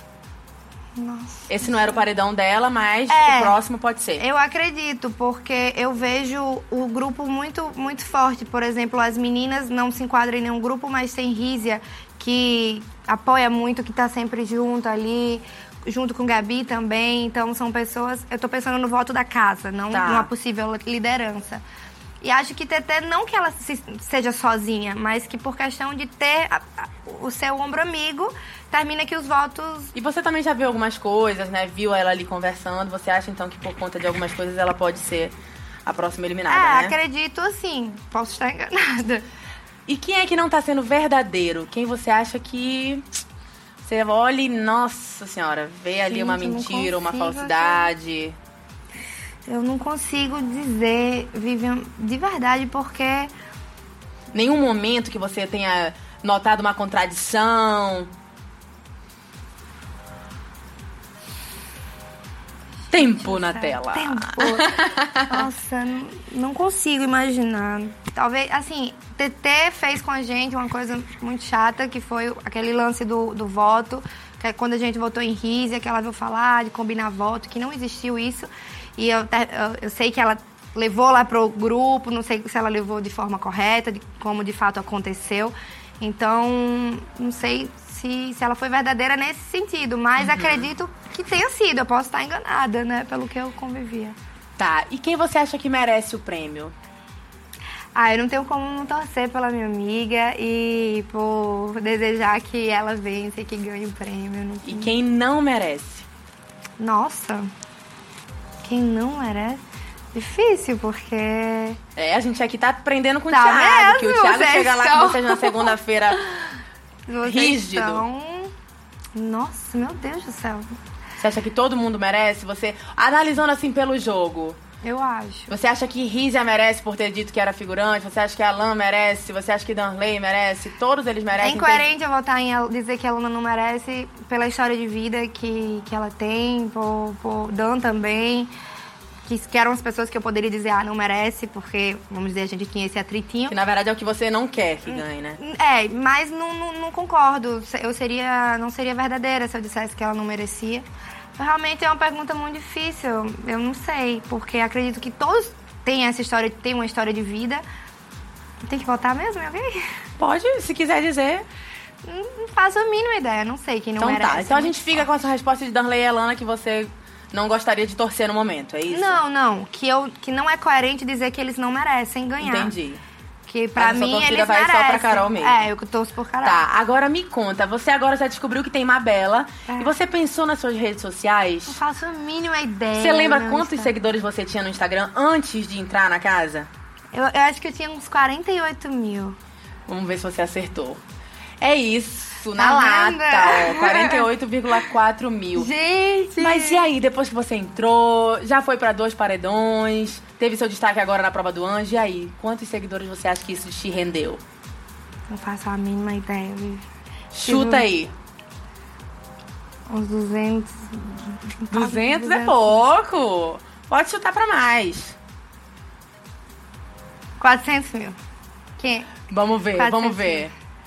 S2: Nossa.
S1: Esse não era o paredão dela, mas o próximo pode ser.
S2: Eu acredito, porque eu vejo o grupo muito, muito forte. Por exemplo, as meninas não se enquadram em nenhum grupo, mas tem Rízia, que apoia muito, que tá sempre junto ali, junto com Gabi também. Então, são pessoas... Eu tô pensando no voto da casa, não numa possível liderança. E acho que Tetê, não que ela seja sozinha, mas que por questão de ter o seu ombro amigo, termina que os votos...
S1: E você também já viu algumas coisas, né? Viu ela ali conversando. Você acha, então, que por conta de algumas coisas ela pode ser a próxima eliminada, né?
S2: Acredito assim. Posso estar enganada.
S1: E quem é que não tá sendo verdadeiro? Quem você acha que... Você olha e, nossa senhora, vê ali uma mentira, uma falsidade...
S2: Eu não consigo dizer, Vivian, de verdade, porque...
S1: Nenhum momento que você tenha notado uma contradição? Tempo na tela.
S2: Tempo. Nossa, não consigo imaginar. Talvez, assim, Tetê fez com a gente uma coisa muito chata, que foi aquele lance do voto, que é quando a gente votou em Rízia, que ela veio falar de combinar voto, que não existiu isso. E eu sei que ela levou lá pro grupo, não sei se ela levou de forma correta, de como de fato aconteceu. Então, não sei se ela foi verdadeira nesse sentido, mas acredito que tenha sido. Eu posso estar enganada, né, pelo que eu convivia.
S1: Tá, e quem você acha que merece o prêmio?
S2: Eu não tenho como não torcer pela minha amiga e por desejar que ela vença e que ganhe o prêmio.
S1: E quem não merece?
S2: Nossa... Quem não merece? Difícil, porque...
S1: A gente aqui tá aprendendo com o Thiago, mesmo, que o Thiago chega lá com vocês na segunda-feira rígido.
S2: Nossa, meu Deus do céu.
S1: Você acha que todo mundo merece? Você, analisando assim pelo jogo...
S2: Eu acho.
S1: Você acha que Rízia merece por ter dito que era figurante? Você acha que a Alan merece? Você acha que Danley merece? Todos eles merecem?
S2: É incoerente eu votar em dizer que a Luna não merece pela história de vida que ela tem, por Dan também, que eram as pessoas que eu poderia dizer, não merece, porque, vamos dizer, a gente tinha esse atritinho.
S1: Que na verdade é o que você não quer que ganhe, né?
S2: Mas não concordo. Não seria verdadeira se eu dissesse que ela não merecia. Realmente é uma pergunta muito difícil. Eu não sei, porque acredito que todos têm uma história de vida. Tem que votar mesmo em alguém?
S1: Pode, se quiser dizer.
S2: Não faço a mínima ideia, não sei quem não merece.
S1: Então tá, então a gente fica com essa resposta de Danley e Elana que você não gostaria de torcer no momento, é isso?
S2: Não, que não é coerente dizer que eles não merecem ganhar.
S1: Entendi.
S2: Que pra mim eles
S1: vai
S2: merecem.
S1: Só pra Carol mesmo.
S2: Eu torço por Carol.
S1: Tá, agora me conta, você agora já descobriu que tem Mabela e você pensou nas suas redes sociais?
S2: Não faço a mínima ideia.
S1: Você lembra quantos seguidores você tinha no Instagram antes de entrar na casa?
S2: Eu acho que eu tinha uns 48 mil.
S1: Vamos ver se você acertou. É isso, na lata, 48,4 mil.
S2: Gente!
S1: Mas e aí, depois que você entrou, já foi pra 2 paredões, teve seu destaque agora na prova do Anjo, e aí, quantos seguidores você acha que isso te rendeu?
S2: Não faço a mínima ideia, Vivi.
S1: Chuta aí.
S2: Uns 200.
S1: 200 é pouco. Pode chutar pra mais.
S2: 400 mil.
S1: Vamos ver.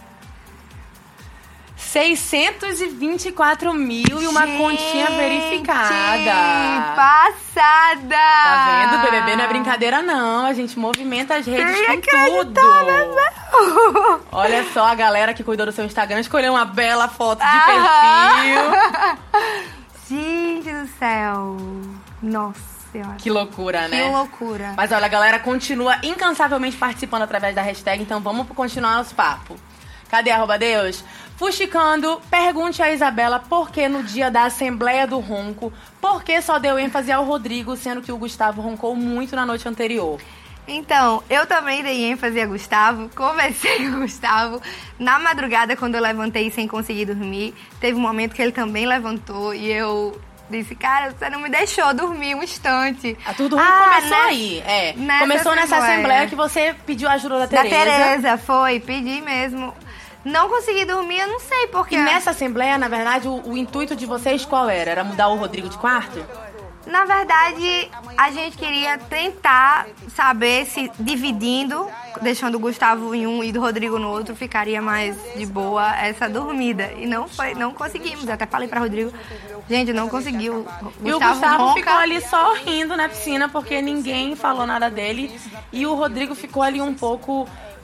S1: 624 mil e uma continha verificada.
S2: Passada!
S1: Tá vendo? O BBB não é brincadeira, não. A gente movimenta as redes com tudo. Olha só, a galera que cuidou do seu Instagram escolheu uma bela foto de perfil.
S2: Gente do céu. Nossa Senhora.
S1: Que loucura, né?
S2: Que loucura.
S1: Mas olha, a galera continua incansavelmente participando através da hashtag, então vamos continuar nosso papo. Cadê @Deus? Fuxicando, pergunte a Isabela por que no dia da Assembleia do Ronco, por que só deu ênfase ao Rodrigo, sendo que o Gustavo roncou muito na noite anterior.
S2: Então, eu também dei ênfase a Gustavo, conversei com o Gustavo. Na madrugada, quando eu levantei sem conseguir dormir, teve um momento que ele também levantou e eu disse, cara, você não me deixou dormir um instante.
S1: A tudo começou aí, começou nessa Assembleia que você pediu a ajuda da Tereza.
S2: Da Tereza, foi, pedi mesmo. Não consegui dormir, eu não sei porquê.
S1: E nessa Assembleia, na verdade, o intuito de vocês qual era? Era mudar o Rodrigo de quarto?
S2: Na verdade, a gente queria tentar saber se dividindo, deixando o Gustavo em um e do Rodrigo no outro, ficaria mais de boa essa dormida. E não conseguimos. Eu até falei pra Rodrigo, gente, não conseguiu.
S1: E o Gustavo ficou ali só rindo na piscina, porque ninguém falou nada dele. E o Rodrigo ficou ali um pouco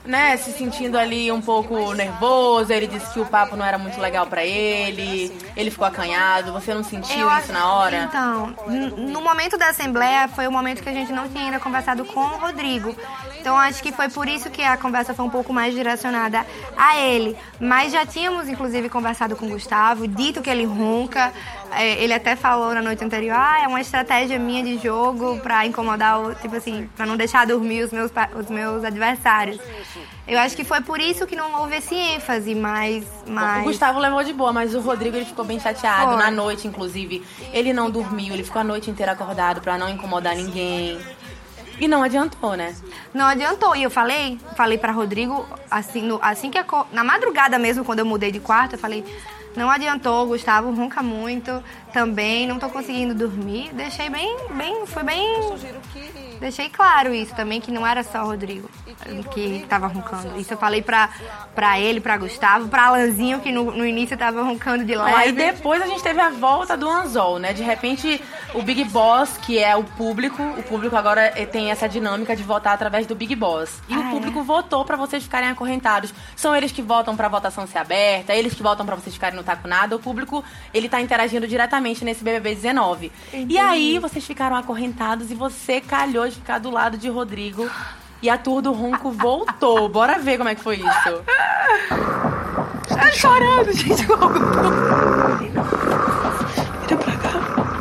S1: né, se sentindo ali um pouco nervoso. Ele disse que o papo não era muito legal pra ele ficou acanhado. Você não sentiu isso na hora?
S2: Então, no momento da assembleia foi o momento que a gente não tinha ainda conversado com o Rodrigo. Então acho que foi por isso que a conversa foi um pouco mais direcionada a ele. Mas já tínhamos inclusive conversado com o Gustavo, dito que ele ronca. Ele até falou na noite anterior, é uma estratégia minha de jogo pra incomodar, tipo assim, pra não deixar dormir os meus adversários. Eu acho que foi por isso que não houve esse ênfase, mas...
S1: O Gustavo levou de boa, mas o Rodrigo ele ficou bem chateado. Na noite, inclusive, ele não dormiu, ele ficou a noite inteira acordado pra não incomodar ninguém. E não adiantou, né?
S2: Não adiantou. E eu falei pra Rodrigo, assim que na madrugada mesmo, quando eu mudei de quarto, eu falei... Não adiantou, o Gustavo ronca muito também, não tô conseguindo dormir. Deixei Deixei claro isso também, que não era só o Rodrigo que tava roncando. Isso eu falei pra ele, pra Gustavo, pra Alanzinho, que no início tava roncando de leve.
S1: Aí depois a gente teve a volta do Anzol, né? De repente, o Big Boss, que é o público agora tem essa dinâmica de votar através do Big Boss. E o público votou pra vocês ficarem acorrentados. São eles que votam pra votação ser aberta, eles que votam pra vocês ficarem no taco nada. O público, ele tá interagindo diretamente nesse BBB 19. Entendi. E aí, vocês ficaram acorrentados e você calhou de ficar do lado de Rodrigo. E a tour do ronco voltou. Bora ver como é que foi isso.
S2: Tá chorando, gente.
S7: Vira pra cá.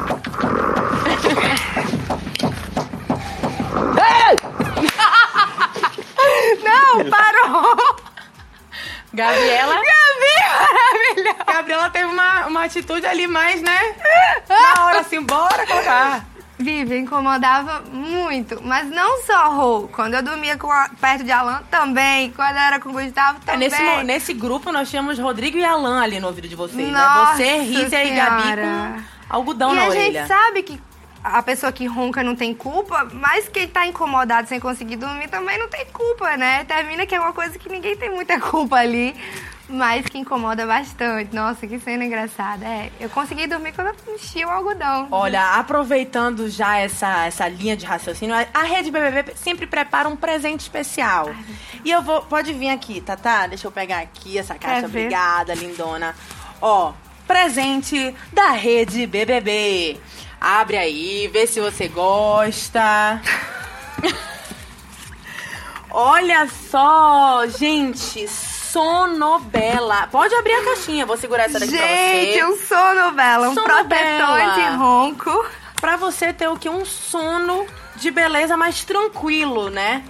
S2: Não, parou.
S1: Gabriela,
S2: maravilhosa.
S1: Gabriela teve uma atitude ali mais, né? Na hora assim, bora colocar.
S2: Vivi, incomodava muito. Mas não só Rô. Quando eu dormia perto de Alan, também. Quando eu era com o Gustavo, também.
S1: Nesse grupo, nós tínhamos Rodrigo e Alan ali no ouvido de vocês,
S2: Nossa,
S1: né? Você, Rízia e Gabi com algodão na orelha.
S2: E a gente sabe que a pessoa que ronca não tem culpa, mas quem tá incomodado sem conseguir dormir também não tem culpa, né? Termina que é uma coisa que ninguém tem muita culpa ali. Mas que incomoda bastante. Nossa, que cena engraçada. Eu consegui dormir quando eu enchi o algodão.
S1: Olha, aproveitando já essa linha de raciocínio, a Rede BBB sempre prepara um presente especial. E pode vir aqui, Tatá? Deixa eu pegar aqui essa caixa. Obrigada, lindona. Ó, presente da Rede BBB. Abre aí, vê se você gosta. Olha só, gente, Sonobela. Pode abrir a caixinha, vou segurar essa daqui pra você.
S2: Gente, um Sonobela, um protetor anti-ronco.
S1: Pra você ter o quê? Um sono de beleza mais tranquilo, né?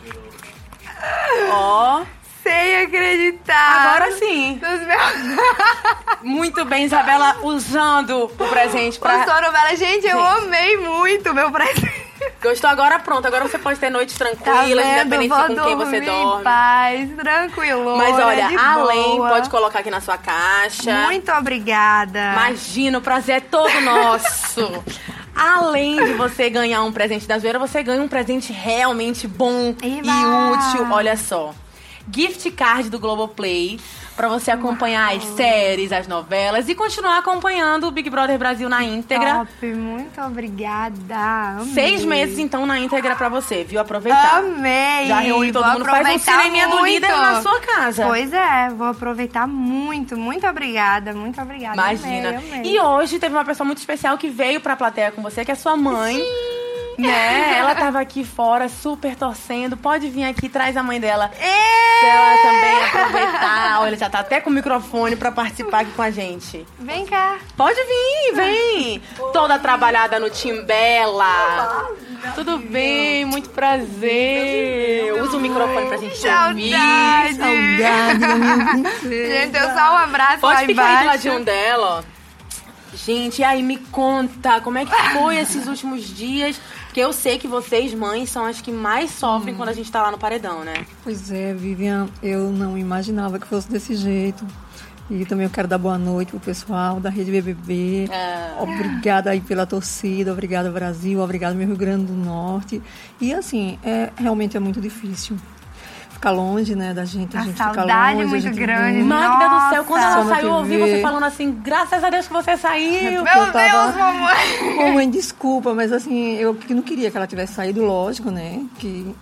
S1: Ó.
S2: Sem acreditar.
S1: Agora sim. Muito bem, Isabela, usando o presente pra...
S2: O Sonobela, gente, eu amei muito o meu presente.
S1: Gostou? Agora pronto, agora você pode ter noites tranquilas, independente de com quem você dorme.
S2: Paz, tranquilo.
S1: Mas olha, além, pode colocar aqui na sua caixa.
S2: Muito obrigada.
S1: Imagina, o prazer é todo nosso. Além de você ganhar um presente da zoeira, você ganha um presente realmente bom e útil. Olha só. Gift card do Globoplay pra você acompanhar as séries, as novelas e continuar acompanhando o Big Brother Brasil na íntegra.
S2: Top, muito obrigada. Amei.
S1: 6 meses, então, na íntegra pra você, viu? Aproveitar.
S2: Amei.
S1: Já reúne todo mundo, faz um cineminha do líder na sua casa.
S2: Pois é, vou aproveitar muito. Muito obrigada, muito obrigada.
S1: Imagina.
S2: Amei.
S1: E hoje teve uma pessoa muito especial que veio pra plateia com você, que é sua mãe. Sim. Né? Ela tava aqui fora, super torcendo. Pode vir aqui, traz a mãe dela. Pra ela também aproveitar. Olha, já tá até com o microfone pra participar aqui com a gente.
S2: Vem cá.
S1: Pode vir, vem. Toda trabalhada no Timbela. Tudo bem, muito prazer. Usa o microfone pra gente ouvir.
S2: Saudade. Gente, eu só um abraço
S1: Pode
S2: lá
S1: ficar
S2: embaixo.
S1: aí do ladinho dela, ó. Gente, e aí me conta, como é que foi esses últimos dias? Porque eu sei que vocês, mães, são as que mais sofrem quando a gente tá lá no paredão, né?
S9: Pois é, Vivian, eu não imaginava que fosse desse jeito. E também eu quero dar boa noite pro pessoal da Rede BBB. Obrigada aí pela torcida, obrigada Brasil, obrigada meu Rio Grande do Norte. E assim, realmente é muito difícil ficar longe, né, da gente. A gente fica longe,
S2: muito grande.
S1: Magda do céu, quando ela saiu, eu ouvi você falando assim, graças a Deus que você saiu.
S2: Meu Deus, mamãe.
S9: Mamãe, desculpa, mas assim, eu não queria que ela tivesse saído, lógico, né, que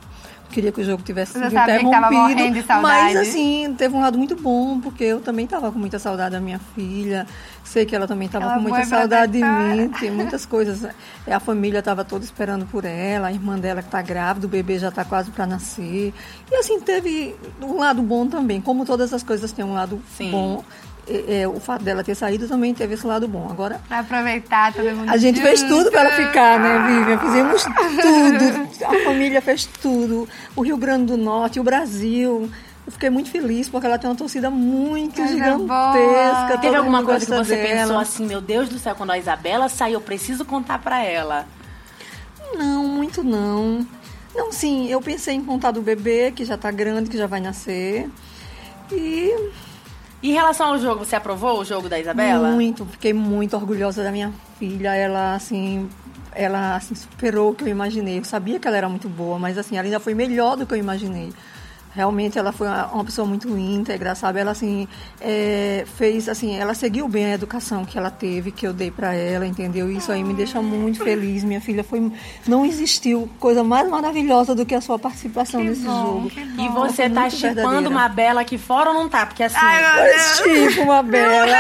S9: queria que o jogo tivesse sido
S2: sabia que tava morrendo de saudade.
S9: Mas, assim, teve um lado muito bom, porque eu também estava com muita saudade da minha filha. Sei que ela também estava com muita saudade de mim. Tem muitas coisas. A família estava toda esperando por ela. A irmã dela que está grávida, o bebê já está quase para nascer. E, assim, teve um lado bom também. Como todas as coisas têm um lado bom. O fato dela ter saído também teve esse lado bom. Agora,
S2: pra aproveitar todo mundo.
S9: A gente fez tudo para ela ficar, né, Vivian? Fizemos tudo. A família fez tudo. O Rio Grande do Norte, o Brasil. Eu fiquei muito feliz porque ela tem uma torcida muito gigantesca.
S1: Teve alguma coisa que você pensou assim, meu Deus do céu, quando a Isabela saiu, eu preciso contar pra ela?
S9: Não, muito não. Não, sim, eu pensei em contar do bebê, que já tá grande, que já vai nascer. E
S1: em relação ao jogo, você aprovou o jogo da Isabela?
S9: Muito, fiquei muito orgulhosa da minha filha. Ela, assim, superou o que eu imaginei. Eu sabia que ela era muito boa, mas, assim, ela ainda foi melhor do que eu imaginei. Realmente ela foi uma pessoa muito íntegra, sabe? Ela, assim, fez, assim, ela seguiu bem a educação que ela teve, que eu dei pra ela, entendeu? Isso aí me deixa muito feliz. Minha filha não existiu coisa mais maravilhosa do que a sua participação nesse jogo.
S1: E você tá chipando uma Bela aqui fora ou não tá? Porque assim...
S9: Eu chipo uma Bela.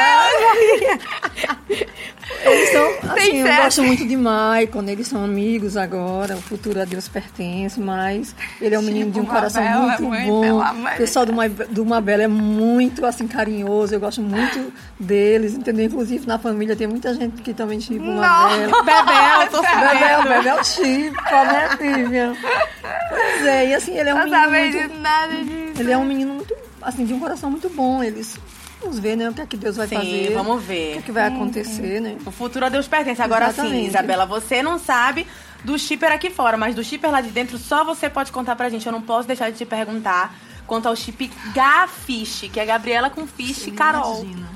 S9: Eles são, assim, eu gosto muito de Maicon, eles são amigos agora, o futuro a Deus pertence, mas ele é um menino de um coração muito bom. O pessoal do Mabela é muito, assim, carinhoso, eu gosto muito deles, entendeu? Inclusive na família tem muita gente que também chipa o Mabela. Bebel chipa, né, Vivian? Pois é, e assim, ele é um menino ele é um menino muito, assim, de um coração muito bom, vamos ver, né, o que é que Deus vai fazer.
S1: Vamos ver.
S9: O que é que vai acontecer, né?
S1: O futuro a Deus pertence. Agora sim, Isabela, você não sabe do shipper aqui fora, mas do shipper lá de dentro só você pode contar pra gente. Eu não posso deixar de te perguntar quanto ao chip Gafish, que é Gabriela com Fish e Carol.
S2: Imagina.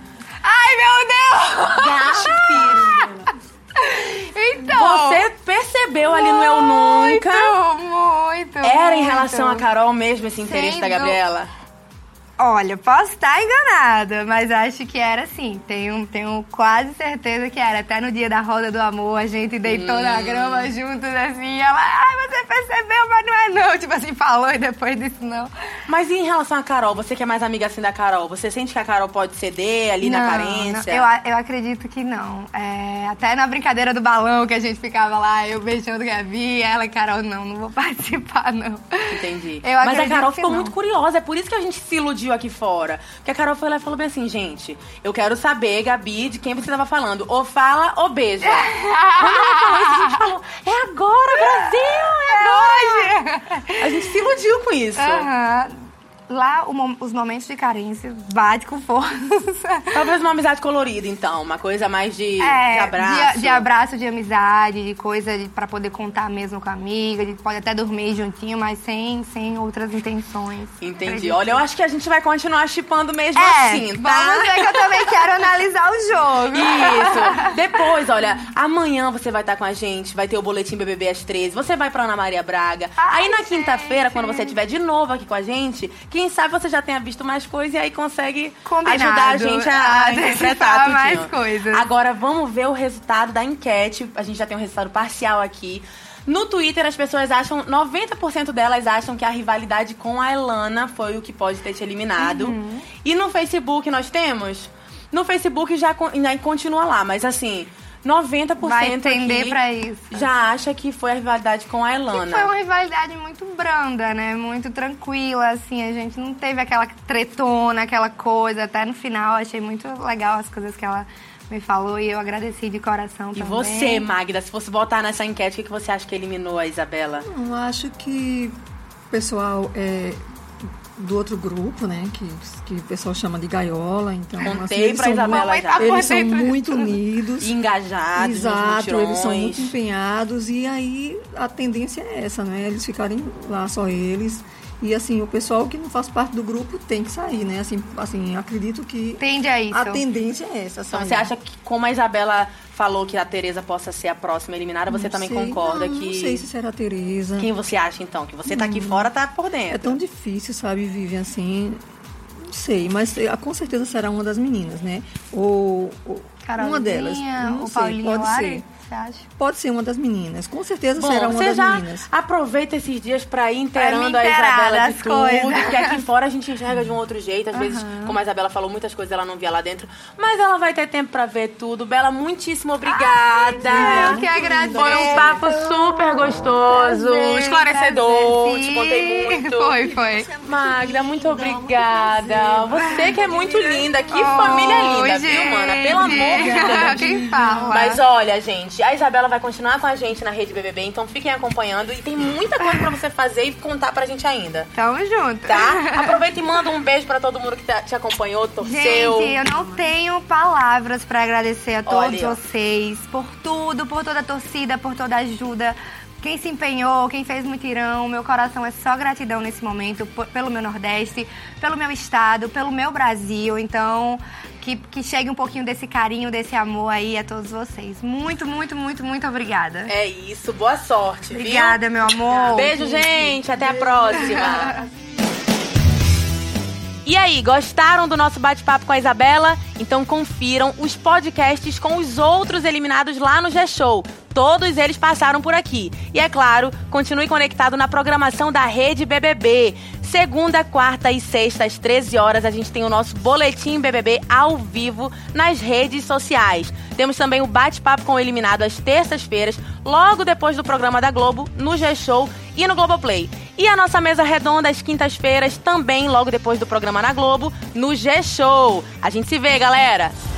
S2: Ai, meu Deus!
S1: Gafish. Então, você percebeu ali no Eu Nunca?
S2: Muito.
S1: Era em relação a Carol mesmo esse interesse da Gabriela?
S2: Olha, posso estar enganada, mas acho que era assim. Tenho quase certeza que era. Até no dia da roda do amor, a gente deitou na grama juntos, assim. Ela, você percebeu, mas não é não. Tipo assim, falou e depois disse não.
S1: Mas e em relação a Carol? Você que é mais amiga assim da Carol, você sente que a Carol pode ceder ali na carência?
S2: Não, eu acredito que não. Até na brincadeira do balão que a gente ficava lá, eu beijando Gabi, ela e Carol, não vou participar, não.
S1: Entendi. Mas a Carol ficou muito curiosa, é por isso que a gente se iludiu aqui fora. Porque a Carol foi lá e falou bem assim, gente, eu quero saber, Gabi, de quem você tava falando. Ou fala ou beija. Quando ela falou isso, a gente falou, é agora, Brasil, é agora. Hoje. A gente se iludiu com isso.
S2: Lá, os momentos de carência bate com força.
S1: Talvez uma amizade colorida, então. Uma coisa mais de abraço.
S2: De abraço, de amizade, de coisa pra poder contar mesmo com a amiga. De pode até dormir juntinho, mas sem outras intenções.
S1: Entendi. Olha, eu acho que a gente vai continuar chipando mesmo assim, tá?
S2: Vamos ver que eu também quero analisar o jogo.
S1: Isso. Depois, olha, amanhã você vai estar com a gente, vai ter o Boletim BBB às 13. Você vai pra Ana Maria Braga. Aí na quinta-feira, quando você estiver de novo aqui com a gente, quem sabe você já tenha visto mais coisas e aí consegue ajudar a gente a interpretar tudo.
S2: Mais coisas.
S1: Agora vamos ver o resultado da enquete. A gente já tem um resultado parcial aqui. No Twitter, as pessoas acham, 90% delas acham que a rivalidade com a Elana foi o que pode ter te eliminado. E no Facebook nós temos? No Facebook já continua lá, mas assim, 90%
S2: vai tender pra isso.
S1: Já acha que foi a rivalidade com a Elana.
S2: E foi uma rivalidade muito branda, né? Muito tranquila, assim. A gente não teve aquela tretona, aquela coisa. Até no final, achei muito legal as coisas que ela me falou e eu agradeci de coração também.
S1: E você, Magda, se fosse voltar nessa enquete, o que você acha que eliminou a Isabela?
S9: Eu acho que o pessoal do outro grupo, né, que o pessoal chama de gaiola, então
S1: contei assim, pra Isabela já.
S9: Eles são muito unidos,
S1: engajados,
S9: exato, eles são muito empenhados e aí a tendência é essa, né, eles ficarem lá só eles. E, assim, o pessoal que não faz parte do grupo tem que sair, né? Assim, acredito que...
S2: Tende a isso.
S9: A tendência é essa,
S1: Então, você acha que, como a Isabela falou que a Tereza possa ser a próxima eliminada, você também concorda que...
S9: Não sei se será a Tereza.
S1: Quem você acha, então? Que você tá aqui fora, tá por dentro.
S9: É tão difícil, sabe, Vivian, assim... Não sei, mas com certeza será uma das meninas, né? Ou
S2: Carolzinha,
S9: uma delas. Não
S2: o
S9: sei,
S2: Paulinho
S9: pode ser.
S2: você acha?
S9: Pode ser uma das meninas. Com certeza será uma das meninas.
S1: Você já aproveita esses dias pra ir inteirando a Isabela de tudo. Porque aqui fora a gente enxerga de um outro jeito. Às vezes, como a Isabela falou, muitas coisas ela não via lá dentro. Mas ela vai ter tempo pra ver tudo. Bela, muitíssimo obrigada.
S2: Eu que agradeço.
S1: Foi um papo super gostoso, esclarecedor. Te contei muito.
S2: Foi.
S1: Magda, muito obrigada. Você que é muito linda. Que família linda, viu, mana? Pelo amor de Deus.
S2: Quem fala?
S1: Mas olha, gente, a Isabela vai continuar com a gente na Rede BBB, então fiquem acompanhando. E tem muita coisa pra você fazer e contar pra gente ainda.
S2: Tamo junto.
S1: Tá? Aproveita e manda um beijo pra todo mundo que te acompanhou, torceu.
S2: Gente, eu não tenho palavras pra agradecer a todos vocês por tudo, por toda a torcida, por toda a ajuda. Quem se empenhou, quem fez mutirão, meu coração é só gratidão nesse momento, pelo meu Nordeste, pelo meu estado, pelo meu Brasil. Então, que chegue um pouquinho desse carinho, desse amor aí a todos vocês. Muito, muito, muito, muito obrigada.
S1: É isso, boa sorte,
S2: obrigada,
S1: viu?
S2: Meu amor.
S1: Beijo, gente, até a próxima. E aí, gostaram do nosso bate-papo com a Isabela? Então confiram os podcasts com os outros eliminados lá no G-Show. Todos eles passaram por aqui. E é claro, continue conectado na programação da Rede BBB. Segunda, quarta e sexta, às 13 horas, a gente tem o nosso Boletim BBB ao vivo nas redes sociais. Temos também o bate-papo com o eliminado às terças-feiras, logo depois do programa da Globo, no G-Show e no Globoplay. E a nossa mesa redonda às quintas-feiras, também logo depois do programa na Globo, no G-Show. A gente se vê, galera!